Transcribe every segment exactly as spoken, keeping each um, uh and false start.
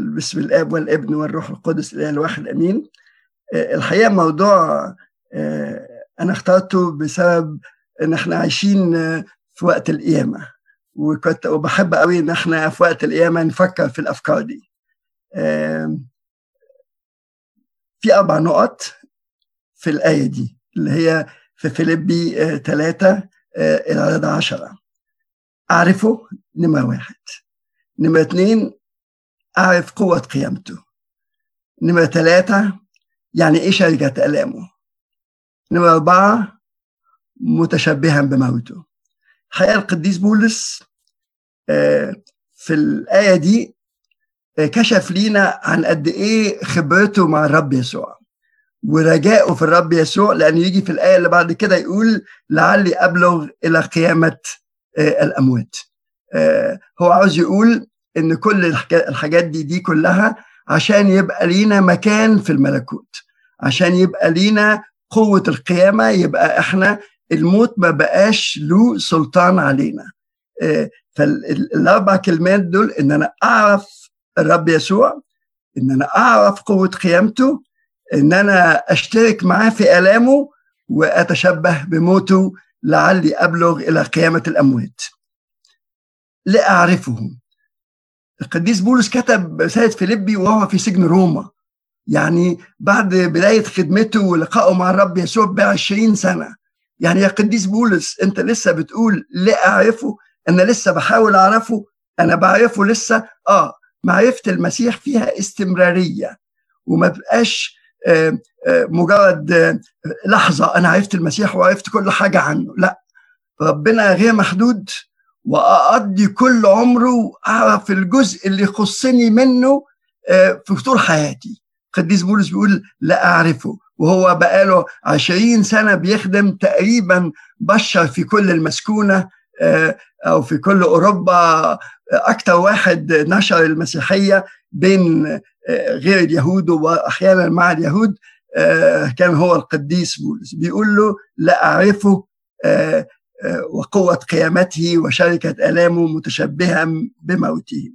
باسم الآب والابن والروح القدس الإله الواحد أمين. الحقيقة موضوع أنا اخترته بسبب إن احنا عايشين في وقت القيامة، وكنت وبحب قوي إن احنا في وقت القيامة نفكر في الأفكار دي. في أربع نقط في الآية دي اللي هي في فيليبي ثلاثة العدد عشرة. أعرفه نمرة واحد. نمرة اثنين أعرف قوة قيامته. نمرة ثلاثة يعني إيه شركة آلامه. نمرة أربعة متشبها بموته. الحقيقة القديس بولس في الآية دي كشف لينا عن قد إيه خبرته مع الرب يسوع ورجائه في الرب يسوع، لأنه يجي في الآية اللي بعد كده يقول لعلي أبلغ إلى قيامة الأموات. هو عاوز يقول إن كل الحاجات دي دي كلها عشان يبقى لينا مكان في الملكوت، عشان يبقى لينا قوة القيامة، يبقى إحنا الموت ما بقاش له سلطان علينا. فالأربع كلمات دول إن أنا أعرف الرب يسوع، إن أنا أعرف قوة قيامته، إن أنا أشترك معاه في آلامه وأتشبه بموته لعلي أبلغ إلى قيامة الأموات. لأعرفه. القديس بولس كتب رسالة فيليبي وهو في سجن روما، يعني بعد بداية خدمته ولقائه مع الرب يسوع بعشرين سنة. يعني يا قديس بولس أنت لسه بتقول لأعرفه؟ أنا لسه بحاول أعرفه، أنا بعرفه لسه. آه معرفة المسيح فيها استمرارية، وما بقاش آه آه مجرد آه لحظة أنا عرفت المسيح وعرفت كل حاجة عنه. لا، ربنا غير محدود، وأقضي كل عمره أعرف الجزء اللي يخصني منه في طول حياتي. قديس بولس بيقول لا أعرفه، وهو بقاله عشرين سنة بيخدم تقريبا بشر في كل المسكونة أو في كل أوروبا. أكتر واحد نشر المسيحية بين غير اليهود وأحيانا مع اليهود كان هو القديس بولس. بيقول له لا أعرفه وقوة قيامته وشركة آلامه متشبها بموته.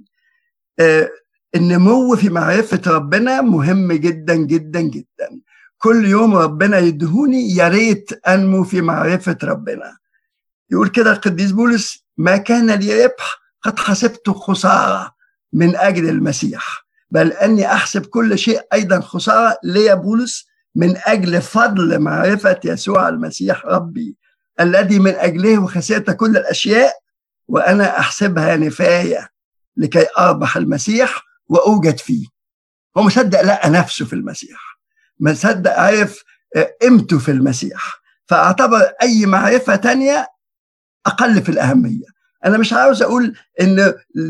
النمو في معرفة ربنا مهم جدا جدا جدا. كل يوم ربنا يدهوني يا ريت أنمو في معرفة ربنا. يقول كده القديس بولس ما كان لي ربح قد حسبته خسارة من أجل المسيح، بل أني أحسب كل شيء أيضا خسارة لي بولس من أجل فضل معرفة يسوع المسيح ربي، الذي من أجله خسرت كل الأشياء وأنا أحسبها نفاية لكي أربح المسيح وأوجد فيه. هو مصدق لقى نفسه في المسيح، مصدق عرف قيمته في المسيح، فاعتبر أي معرفة تانية أقل في الأهمية. أنا مش عاوز أقول إن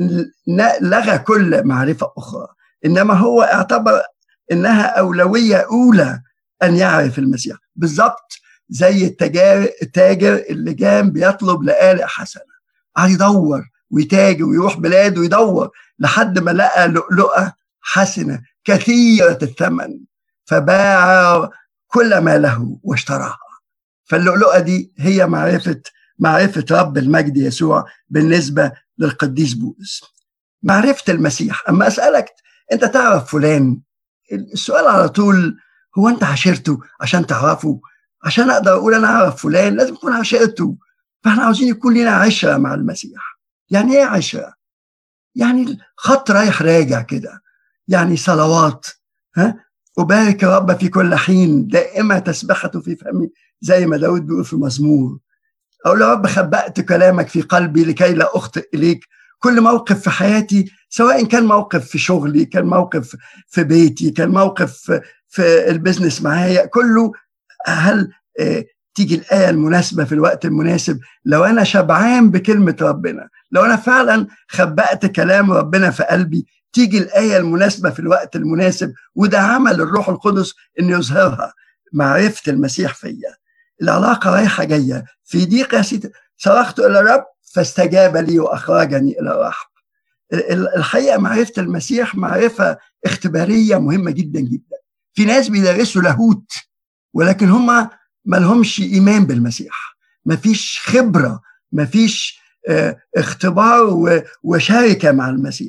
لغى كل معرفة أخرى، إنما هو اعتبر إنها أولوية أولى أن يعرف المسيح. بالضبط زي التاجر التاجر اللي كان بيطلب لآلئ حسنة، قعد يدور ويتاجر ويروح بلاد ويدور لحد ما لقى لؤلؤة حسنة كثيرة الثمن، فباع كل ما له واشتراها. فاللؤلؤة دي هي معرفة معرفة رب المجد يسوع بالنسبة للقديس بولس. معرفة المسيح. أما أسألك أنت تعرف فلان، السؤال على طول هو أنت عشرته عشان تعرفه؟ عشان أقدر أقول أنا أعرف فلان لازم أكون عشرته. فإحنا عاوزين يكون لنا عشرة مع المسيح. يعني إيه عشرة؟ يعني خط رايح راجع كده، يعني صلوات، ها أبارك رب في كل حين دائما تسبحته في فمي، زي ما داود بيقول في مزمور. أقول يا رب خبأت كلامك في قلبي لكي لا أخطئ إليك. كل موقف في حياتي، سواء كان موقف في شغلي، كان موقف في بيتي، كان موقف في البزنس معايا، كله هل اه تيجي الآية المناسبة في الوقت المناسب. لو أنا شبعان بكلمة ربنا، لو أنا فعلا خبأت كلام ربنا في قلبي، تيجي الآية المناسبة في الوقت المناسب. وده عمل الروح القدس إن يظهرها. معرفة المسيح فيا، العلاقة رايحة جاية. في ضيق صرخت إلى الرب فاستجاب لي وأخرجني إلى رحب. الحقيقة معرفة المسيح معرفة اختبارية مهمة جدا جدا. في ناس بيدرسوا لاهوت ولكن هم ما لهمش إيمان بالمسيح، ما فيش خبرة، ما فيش اه اختبار وشاركة مع المسيح.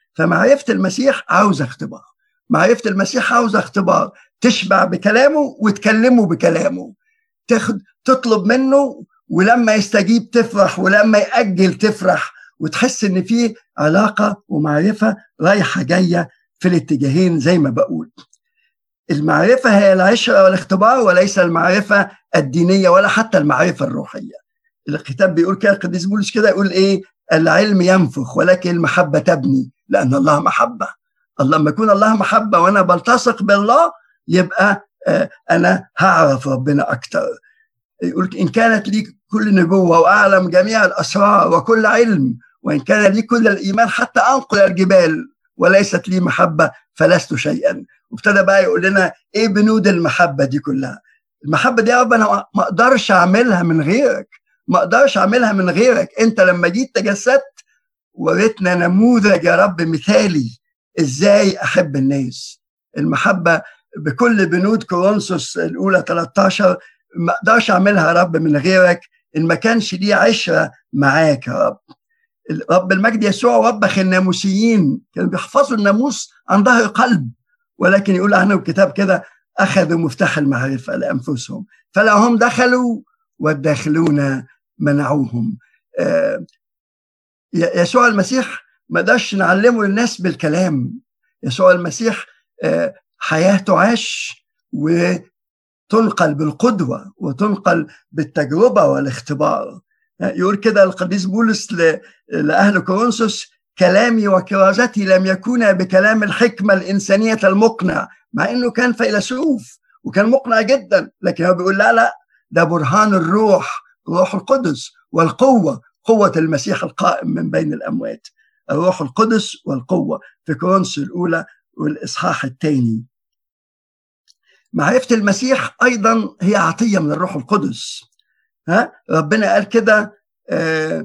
فمعرفة المسيح عاوزة اختبار، معرفة المسيح عاوزة اختبار، تشبع بكلامه وتكلمه بكلامه، تاخد تطلب منه ولما يستجيب تفرح ولما يأجل تفرح، وتحس ان في علاقة ومعرفة رايحة جاية في الاتجاهين. زي ما بقول المعرفة هي العشرة والاختبار وليس المعرفة الدينية ولا حتى المعرفة الروحية. الكتاب بيقول كده، القديس بولس كده يقول ايه؟ العلم ينفخ ولكن المحبة تبني، لأن الله محبة. الله لما يكون الله محبة وأنا بلتصق بالله يبقى آه أنا هعرف ربنا أكتر. يقول إن كانت لي كل نبوة وأعلم جميع الأسرار وكل علم، وإن كان لي كل الإيمان حتى أنقل الجبال وليست لي محبة فلست شيئا. وابتدى بقى يقول لنا إيه بنود المحبة دي كلها. المحبة دي يا رب أنا ما أقدرش أعملها من غيرك، ما أقدرش أعملها من غيرك. أنت لما جيت تجسدت وريتنا نموذج يا رب مثالي إزاي أحب الناس. المحبة بكل بنود كورنثوس الأولى ثلاثة عشر ما أقدرش أعملها يا رب من غيرك، إن ما كانش لي عشرة معاك يا رب. رب المجد يسوع وبخ الناموسيين، كانوا بيحفظوا الناموس عن ظهر قلب، ولكن يقول عنه الكتاب كده أخذوا مفتاح المعرفة لأنفسهم فلا هم دخلوا والداخلون منعوهم. آه يسوع المسيح ما قدرش نعلمه للناس بالكلام. يسوع المسيح آه حياة تعاش وتنقل بالقدوة وتنقل بالتجربة والاختبار. يقول كده القديس بولس لأهل كورنثوس كلامي وكرازتي لم يكونا بكلام الحكمة الإنسانية المقنع، مع أنه كان فيلسوف وكان مقنع جدا، لكن هو بيقول لا لا ده برهان الروح، الروح القدس والقوة، قوة المسيح القائم من بين الأموات. الروح القدس والقوة في كورنثوس الأولى والإصحاح الثاني. معرفة المسيح أيضا هي عطية من الروح القدس. ها ربنا قال كده آه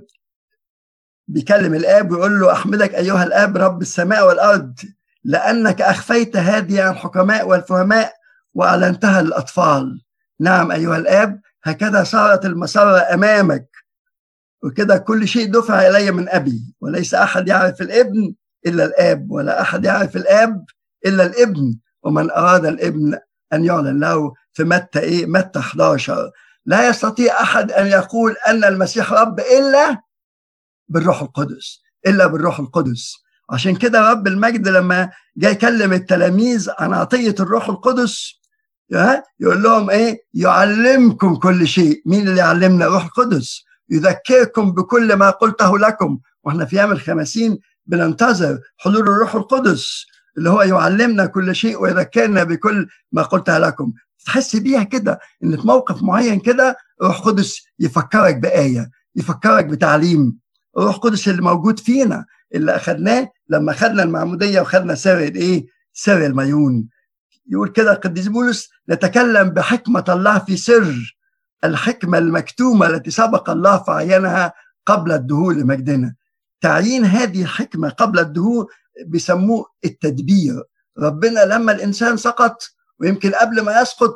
بيكلم الآب ويقول له أحمدك أيها الآب رب السماء والأرض لأنك أخفيت هذه عن الحكماء والفهماء وأعلنتها للأطفال. نعم أيها الآب هكذا صارت المسارة أمامك، وكده كل شيء دفع إلي من أبي، وليس أحد يعرف الابن إلا الآب، ولا أحد يعرف الآب إلا الابن، ومن أراد الابن أن يعلن له. في متى إيه؟ متى إحدى عشر. لا يستطيع أحد أن يقول أن المسيح رب إلا بالروح القدس، إلا بالروح القدس. عشان كده رب المجد لما جاي يكلم التلاميذ عن عطية الروح القدس يقول لهم إيه؟ يعلمكم كل شيء. مين اللي يعلمنا؟ الروح القدس. يذكركم بكل ما قلته لكم. واحنا في أيام الخمسين بننتظر حلول الروح القدس اللي هو يعلمنا كل شيء ويذكرنا بكل ما قلته لكم. تحس بيها كده ان في موقف معين كده الروح القدس يفكرك بآية، يفكرك بتعليم. الروح القدس اللي موجود فينا اللي اخذناه لما اخذنا المعمودية وخدنا سر الايه؟ سر الميون. يقول كده القديس بولس نتكلم بحكمة الله في سر الحكمة المكتومة التي سبق الله فعينها قبل الدهور لمجدنا. تعيين هذه الحكمة قبل الدهور بيسموه التدبير. ربنا لما الإنسان سقط ويمكن قبل ما يسقط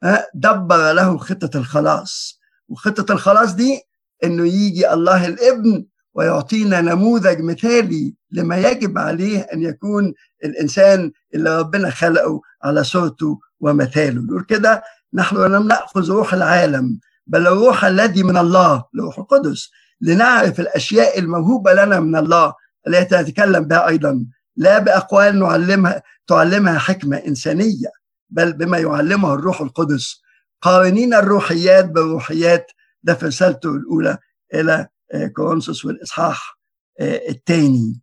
دبر له خطة الخلاص، وخطة الخلاص دي إنه يجي الله الابن ويعطينا نموذج مثالي لما يجب عليه أن يكون الإنسان اللي ربنا خلقه على صورته ومثاله. يقول كده نحن لم نأخذ روح العالم بل الروح الذي من الله، الروح القدس، لنعرف الأشياء الموهوبة لنا من الله التي نتكلم بها أيضا، لا بأقوال نعلمها تعلمها حكمة إنسانية بل بما يعلمه الروح القدس، قارنين الروحيات بالروحيات. ده في رسالته الأولى إلى كورنثوس والإصحاح الثاني.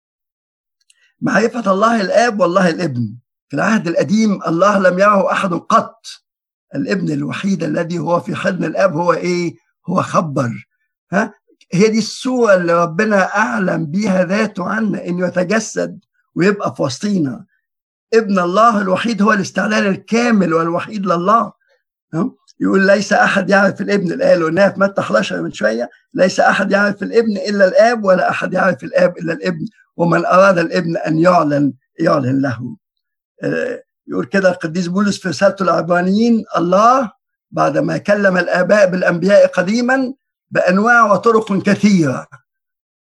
معرفة الله الآب والله الابن. في العهد القديم الله لم يره أحد قط. الابن الوحيد الذي هو في حضن الآب هو إيه؟ هو خبر. ها؟ هي دي الصورة اللي ربنا أعلم بيها ذاته عنا، إنه يتجسد ويبقى في وسطينا. ابن الله الوحيد هو الاستعلان الكامل والوحيد لله. يقول ليس أحد يعرف الابن، الآية اللي قلناها في متى إحدى عشر من شوية، ليس أحد يعرف الابن إلا الآب، ولا أحد يعرف الآب إلا الابن، ومن أراد الابن أن يعلن يعلن له. يقول كده القديس بولس في رسالته العبرانيين الله بعدما كلم الآباء بالأنبياء قديما بأنواع وطرق كثيرة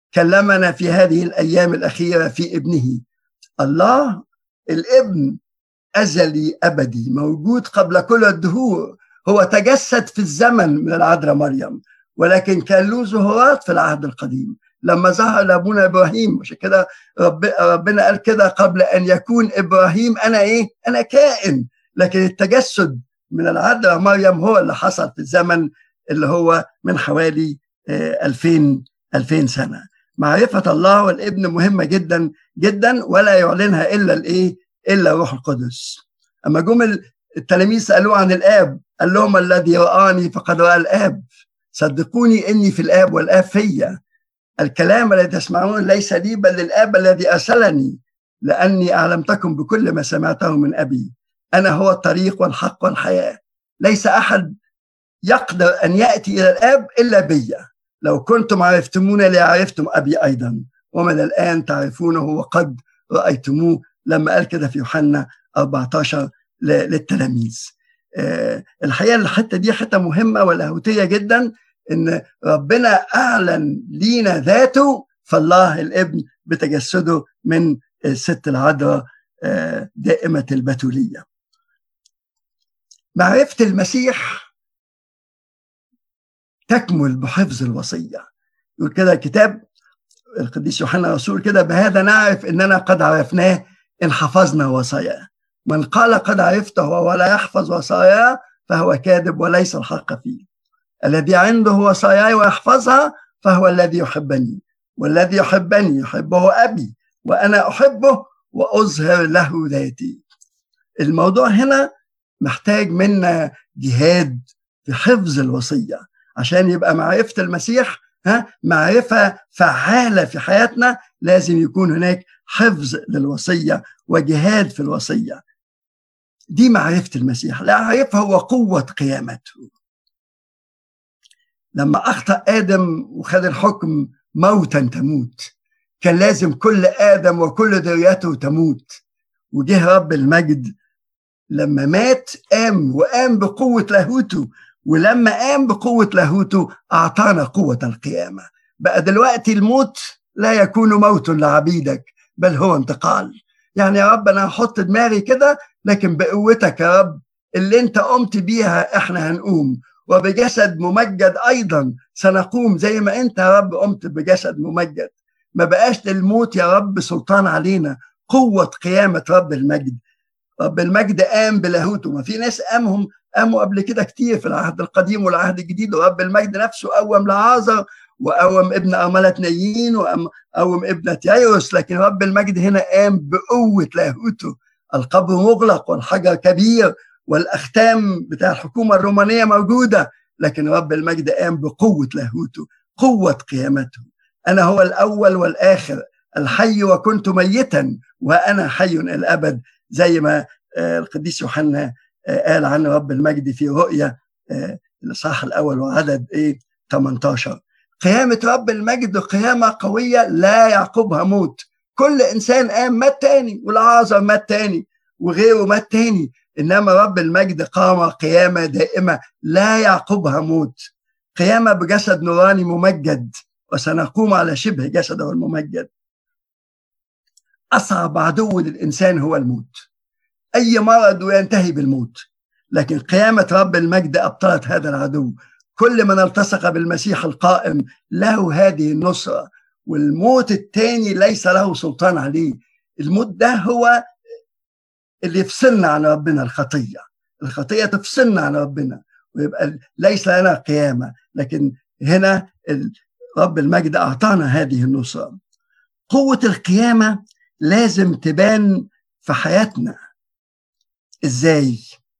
كلمنا في هذه الأيام الأخيرة في ابنه. الله الابن أزلي أبدي موجود قبل كل الدهور، هو تجسد في الزمن من العذراء مريم، ولكن كان له ظهورات في العهد القديم لما ظهر لأبونا إبراهيم. عشان كده رب ربنا قال كده قبل أن يكون إبراهيم أنا إيه؟ أنا كائن. لكن التجسد من العذراء مريم هو اللي حصل في الزمن اللي هو من حوالي ألفين ألفين سنة. معرفة الله والابن مهمة جدا جدا، ولا يعلنها إلا الإيه؟ إلا الروح القدس. أما جم التلاميذ سألوه عن الآب قال لهم الذي رآني فقد رأى الآب، صدقوني إني في الآب والآب فيا. الكلام الذي تسمعون ليس لي بل للآب الذي أرسلني، لأني أعلمتكم بكل ما سمعته من أبي. أنا هو الطريق والحق والحياة، ليس أحد يقدر أن يأتي إلى الآب إلا بي. لو كنتم عرفتموني لعرفتم أبي أيضا، ومن الآن تعرفونه وقد رأيتموه. لما قال كده في يوحنا أربعة عشر للتلاميذ. أه الحقيقة الحتة دي حتة مهمة ولاهوتية جدا، إن ربنا أعلن لينا ذاته، فالله الابن بتجسده من الست العذراء أه دائمة البتولية. معرفة المسيح تكمل بحفظ الوصية. يقول كده الكتاب القديس يوحنا رسول كده: بهذا نعرف إننا قد عرفناه إن حفظنا وصاياه. من قال قد عرفته ولا يحفظ وصاياه فهو كاذب وليس الحق فيه. الذي عنده وصاياي ويحفظها فهو الذي يحبني، والذي يحبني يحبه أبي وأنا أحبه وأظهر له ذاتي. الموضوع هنا محتاج منا جهاد في حفظ الوصية عشان يبقى معرفة المسيح ها معرفة فعالة في حياتنا. لازم يكون هناك حفظ للوصية وجهاد في الوصية. دي معرفة المسيح. لا أعرفها هو قوة قيامته. لما أخطأ آدم وخد الحكم موتا تموت، كان لازم كل آدم وكل ذريته تموت. وجه رب المجد لما مات قام، وقام بقوة لاهوته، ولما قام بقوة لاهوته أعطانا قوة القيامة. بقى دلوقتي الموت لا يكون موت لعبيدك بل هو انتقال. يعني يا رب أنا هحط دماغي كده، لكن بقوتك يا رب اللي انت قمت بيها احنا هنقوم، وبجسد ممجد أيضا سنقوم زي ما انت يا رب قمت بجسد ممجد. ما بقاش للموت يا رب سلطان علينا. قوة قيامة رب المجد. رب المجد قام بلاهوته. ما في ناس قامهم قاموا قبل كده كتير في العهد القديم والعهد الجديد، ورب المجد نفسه قوم لعازر وقوم ابن أرملة نايين وقوم ابنة يايروس، لكن رب المجد هنا قام بقوة لاهوته. القبر مغلق والحجر كبير والأختام بتاع الحكومة الرومانية موجودة، لكن رب المجد قام بقوة لاهوته، قوة قيامته. أنا هو الأول والآخر، الحي وكنت ميتا وأنا حي الأبد، زي ما القديس يوحنا قال عن رب المجد في رؤيا الإصحاح الأول وعدد إيه ثمانية عشر. قيامة رب المجد قيامة قوية لا يعقبها موت. كل إنسان قام مات تاني، والعازر مات تاني وغيره مات تاني، إنما رب المجد قام قيامة دائمة لا يعقبها موت. قيامة بجسد نوراني ممجد، وسنقوم على شبه جسده الممجد. أصعب عدو للإنسان هو الموت. أي مرض ينتهي بالموت، لكن قيامة رب المجد أبطلت هذا العدو. كل من التصق بالمسيح القائم له هذه النصرة، والموت الثاني ليس له سلطان عليه. الموت ده هو اللي يفصلنا عن ربنا. الخطية الخطية تفصلنا عن ربنا، ويبقى ليس لنا قيامة. لكن هنا رب المجد أعطانا هذه النصرة. قوة القيامة لازم تبان في حياتنا. إزاي؟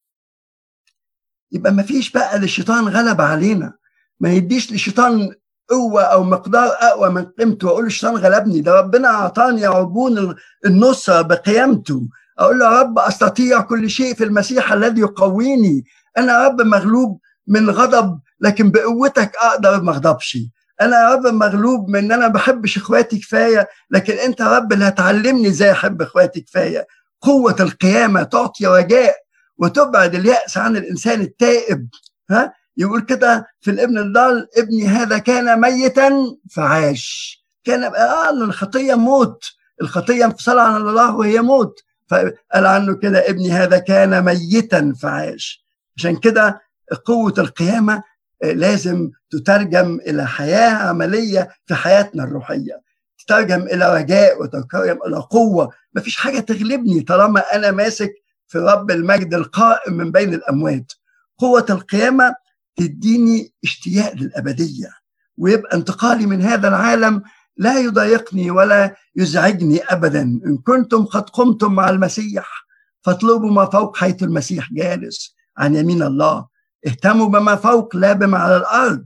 يبقى ما فيش بقى للشيطان غلب علينا. ما يديش للشيطان قوة أو مقدار أقوى من قيمته وأقول الشيطان غلبني. ده ربنا أعطاني عربون النصرة بقيامته. أقول له يا رب أستطيع كل شيء في المسيح الذي يقويني. أنا يا رب مغلوب من غضب، لكن بقوتك أقدر ما أغضبش. أنا يا رب مغلوب من أن أنا بحبش إخواتي كفاية، لكن أنت يا رب اللي هتعلمني إزاي أحب إخواتي كفاية. قوة القيامة تعطي رجاء وتبعد اليأس عن الإنسان التائب. ها يقول كده في الابن الضال: ابني هذا كان ميتا فعاش. كان آه الخطية موت، الخطية انفصال عن الله وهي موت. فقال عنه كده ابني هذا كان ميتا فعاش. عشان كده قوة القيامة لازم تترجم إلى حياة عملية في حياتنا الروحية، تترجم إلى رجاء وتترجم إلى قوة. مفيش حاجة تغلبني طالما أنا ماسك في رب المجد القائم من بين الأموات. قوة القيامة تديني اشتياق للأبدية، ويبقى انتقالي من هذا العالم لا يضايقني ولا يزعجني أبدا. إن كنتم قد قمتم مع المسيح فاطلبوا ما فوق حيث المسيح جالس عن يمين الله. اهتموا بما فوق لا بما على الأرض.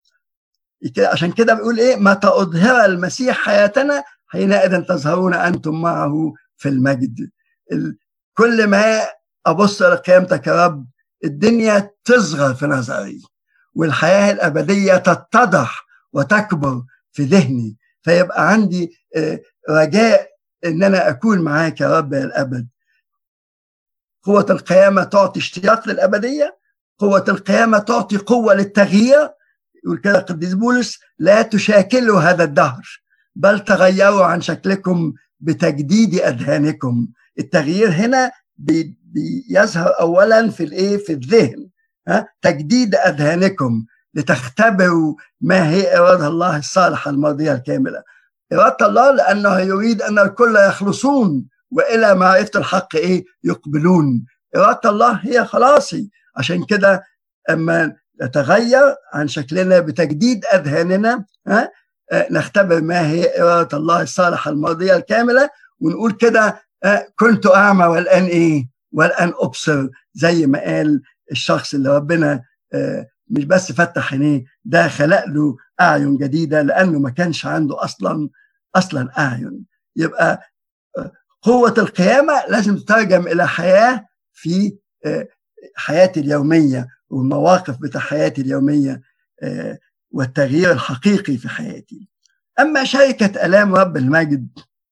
عشان كده بيقول إيه؟ متى أظهر المسيح حياتنا حينئذ تظهرون أنتم معه في المجد. كل ما أبص إلى قيامتك يا رب الدنيا تصغر في نظري، والحياة الأبدية تتضح وتكبر في ذهني، فيبقى عندي رجاء إن أنا أكون معاك يا رب الأبد. قوة القيامة تعطي اشتياق للأبدية، قوة القيامة تعطي قوة للتغيير. يقول كده القديس بولس لا تشاكلوا هذا الدهر بل تغيروا عن شكلكم بتجديد أذهانكم. التغيير هنا بيظهر أولا في الإيه؟ في الذهن. ها؟ تجديد أذهانكم لتختبروا ما هي إرادة الله الصالحة المرضية الكاملة. إرادة الله لأنه يريد أن الكل يخلصون وإلى معرفة الحق إيه؟ يقبلون. إرادة الله هي خلاصي. عشان كده أما نتغير عن شكلنا بتجديد أذهاننا، ها؟ نختبر ما هي إرادة الله الصالحة المرضية الكاملة، ونقول كده كنت أعمى والآن إيه؟ والآن أبصر، زي ما قال الشخص اللي ربنا مش بس فتح عينيه، ده خلق له أعين جديدة لأنه ما كانش عنده أصلا أصلا أعين. يبقى قوة القيامة لازم تترجم إلى حياة في حياتي اليومية والمواقف بتاع حياتي اليومية والتغيير الحقيقي في حياتي. أما شركة آلام رب المجد،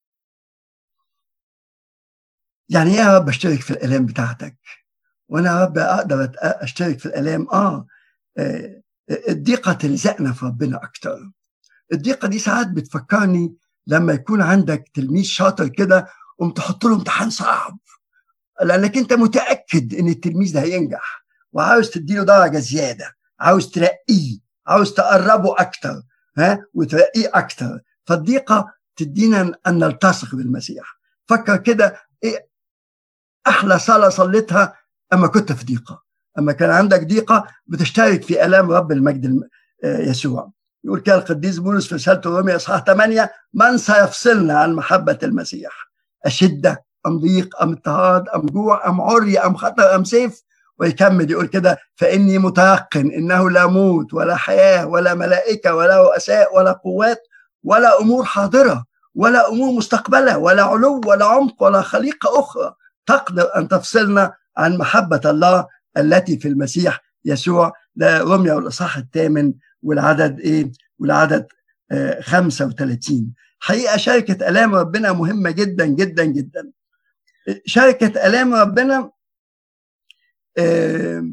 يعني إيه يا رب أشترك في الآلام بتاعتك؟ وأنا يا رب أقدر أشترك في الآلام؟ آه الضيقة تلزقنا في ربنا أكتر. الضيقة دي ساعات بتفكرني لما يكون عندك تلميذ شاطر كده قوم تحط له امتحان صعب، لأنك أنت متأكد إن التلميذ ده هينجح وعاوز تديله درجة زيادة، عاوز ترقيه، عاوز تقربه أكتر، ها، وترقيه أكتر. فالضيقة تدينا أن نلتصق بالمسيح. فكر كده إيه أحلى صلاة صليتها أما كنت في ضيقة، أما كان عندك ضيقة بتشترك في آلام رب المجد يسوع. يقول كده القديس بولس في رسالة رومية إصحاح ثمانية: من سيفصلنا عن محبة المسيح؟ أشدة أم ضيق أم اضطهاد أم جوع أم عري أم خطر أم سيف؟ ويكمل يقول كده: فإني متيقن إنه لا موت ولا حياة ولا ملائكة ولا رؤساء ولا قوات ولا أمور حاضرة ولا أمور مستقبلة ولا علو ولا عمق ولا خليقة أخرى تقدر أن تفصلنا عن محبة الله التي في المسيح يسوع. ده رومية والإصحاح الثامن والعدد إيه؟ والعدد آه خمسة وثلاثين. حقيقة شركة آلام ربنا مهمة جدا جدا جدا. شركة آلام ربنا آه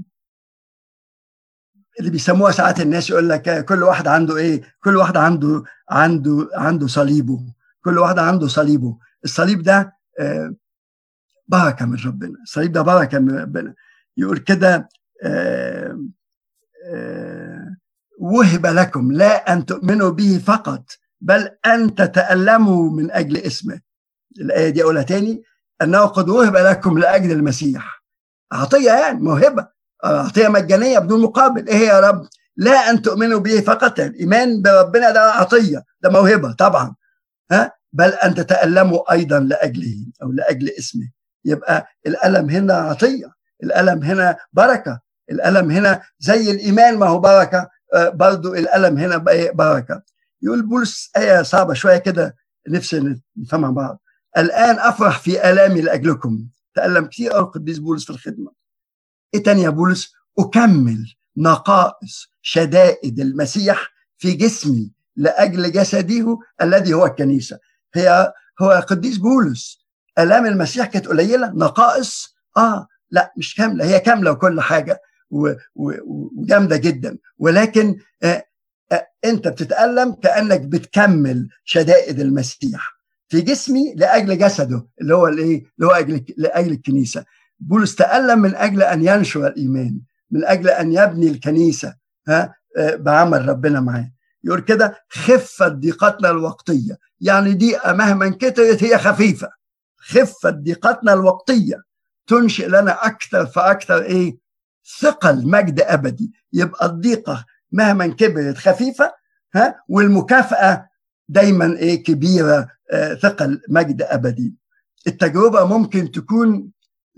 اللي بيسموها ساعات الناس يقول لك كل واحد عنده ايه؟ كل واحد عنده عنده عنده صليبه، كل واحد عنده صليبه. الصليب ده آه بركة من ربنا، الصليب ده بركة من ربنا. يقول كده آه آه وهب لكم لا أن تؤمنوا به فقط بل أن تتألموا من أجل اسمه. الآية دي أقولها تاني: أنه قد وهب لكم لأجل المسيح. عطية يعني موهبة، عطية مجانية بدون مقابل. إيه يا رب؟ لا أن تؤمنوا به فقط، الإيمان بربنا ده عطية، ده موهبة طبعا، ها، بل أن تتألموا أيضا لأجله أو لأجل اسمه. يبقى الألم هنا عطية، الألم هنا بركة، الألم هنا زي الإيمان ما هو بركة، برضو الألم هنا بركة. يقول بولس آية صعبة شوية كده نفسي نفهمها بعض: الآن أفرح في آلامي لأجلكم. تألم كثير أو القديس بولس في الخدمة. إيه تاني يا بولس؟ أكمل نقائص شدائد المسيح في جسمي لأجل جسده الذي هو الكنيسة. هي هو القديس بولس آلام المسيح كانت قليلة؟ نقائص؟ آه لا، مش كاملة، هي كاملة وكل حاجة وجامدة جدا، ولكن آه انت بتتألم كأنك بتكمل شدائد المسيح في جسمي لاجل جسده اللي هو الايه اللي هو اجل لاجل الكنيسه. بولس تألم من اجل ان ينشر الايمان، من اجل ان يبني الكنيسه ها بعمل ربنا معاه. يقول كده خفت ضيقتنا الوقتيه، يعني ضيقه مهما كترت هي خفيفه. خفت ضيقتنا الوقتيه تنشئ لنا اكثر فاكثر ايه؟ ثقل مجد ابدي. يبقى الضيقه مهما كبرت خفيفه، ها، والمكافاه دايما ايه؟ كبيره، آه ثقل مجد ابدي. التجربه ممكن تكون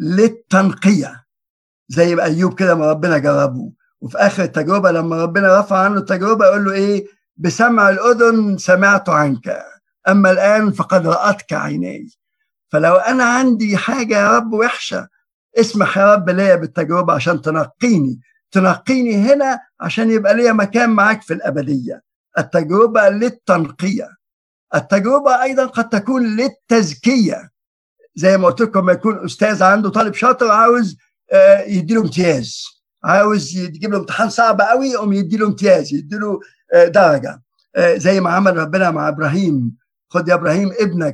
للتنقيه زي ما ايوب كده ما ربنا جربه، وفي اخر التجربه لما ربنا رفع عنه التجربه يقول له ايه؟ بسمع الاذن سمعت عنك، اما الان فقد رأتك عيناي. فلو انا عندي حاجه يا رب وحشه، اسمح يا رب ليا بالتجربه عشان تنقيني، تنقيني هنا عشان يبقى ليا مكان معاك في الابديه. التجربه للتنقيه. التجربه ايضا قد تكون للتزكيه، زي ما قلت لكم، ما يكون استاذ عنده طالب شاطر عاوز يديله امتياز، عاوز يجيب له امتحان صعب قوي يقوم يديله امتياز، يديله درجه، زي ما عمل ربنا مع ابراهيم. خد يا ابراهيم ابنك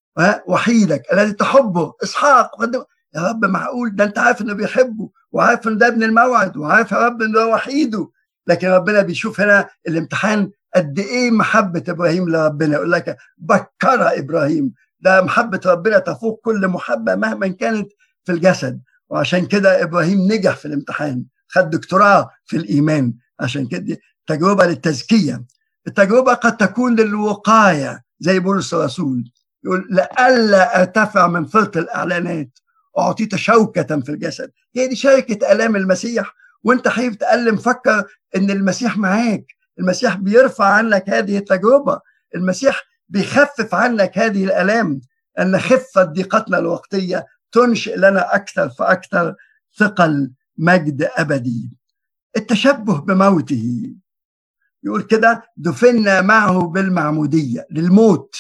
وحيدك الذي تحبه اسحاق. يا رب معقول؟ ده انت عارف انه بيحبه، وعارف انه ده ابن الموعد، وعارف يا رب انه وحيده، لكن ربنا بيشوف هنا الامتحان قد ايه محبه ابراهيم لربنا. يقول لك بكر ابراهيم. ده محبه ربنا تفوق كل محبه مهما كانت في الجسد، وعشان كده ابراهيم نجح في الامتحان، خد دكتوراه في الايمان. عشان كده تجربه للتزكيه. التجربه قد تكون للوقايه زي بولس الرسول يقول لئلا ارتفع من فرط الاعلانات اعطيت شوكه في الجسد. هي دي شركه الام المسيح، وانت حبيب تألم فكر ان المسيح معاك، المسيح بيرفع عنك هذه التجربه، المسيح بيخفف عنك هذه الالام. ان خفت ضيقتنا الوقتيه تنشئ لنا اكثر فاكثر ثقل مجد ابدي. التشبه بموته. يقول كده دفنا معه بالمعموديه للموت،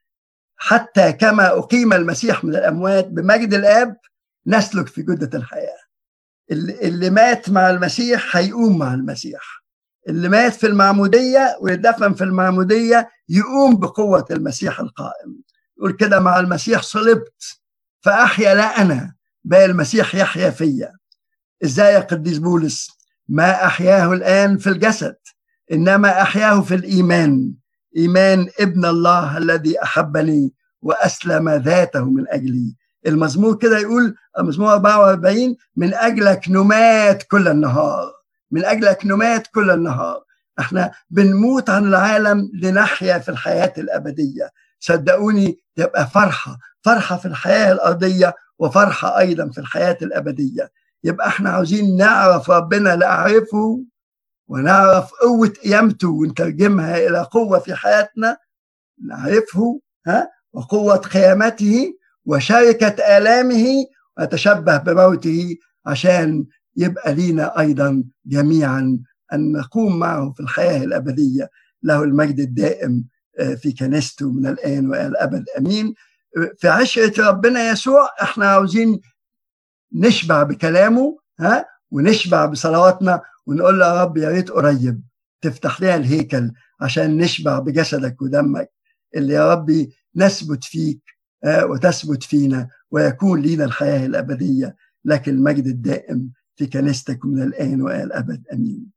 حتى كما أقيم المسيح من الأموات بمجد الآب نسلك في جدة الحياة. اللي مات مع المسيح هيقوم مع المسيح، اللي مات في المعمودية ويدفن في المعمودية يقوم بقوة المسيح القائم. يقول كده مع المسيح صلبت فأحيا لا أنا بل المسيح يحيا فيا. إزاي يا قديس بولس؟ ما أحياه الآن في الجسد إنما أحياه في الإيمان، إيمان ابن الله الذي أحبني وأسلم ذاته من أجلي. المزمور كده يقول، المزمور أربعة وأربعين، من أجلك نمات كل النهار، من أجلك نمات كل النهار. احنا بنموت عن العالم لنحيا في الحياة الأبدية. صدقوني تبقى فرحة، فرحة في الحياة الأرضية وفرحة أيضا في الحياة الأبدية. يبقى احنا عاوزين نعرف ربنا لأعرفه، ونعرف قوة قيامته ونترجمها إلى قوة في حياتنا، نعرفه ها وقوة قيامته وشركة آلامه ونتشبه بموته، عشان يبقى لينا أيضا جميعا أن نقوم معه في الحياة الأبدية. له المجد الدائم في كنيسته من الآن وإلى الأبد أمين. في عشرة ربنا يسوع احنا عاوزين نشبع بكلامه ها ونشبع بصلواتنا، ونقول له يا رب يا ريت قريب تفتح لنا الهيكل عشان نشبع بجسدك ودمك، اللي يا ربي نثبت فيك وتثبت فينا ويكون لنا الحياة الأبدية. لك المجد الدائم في كنيستك من الآن وإلى الأبد أمين.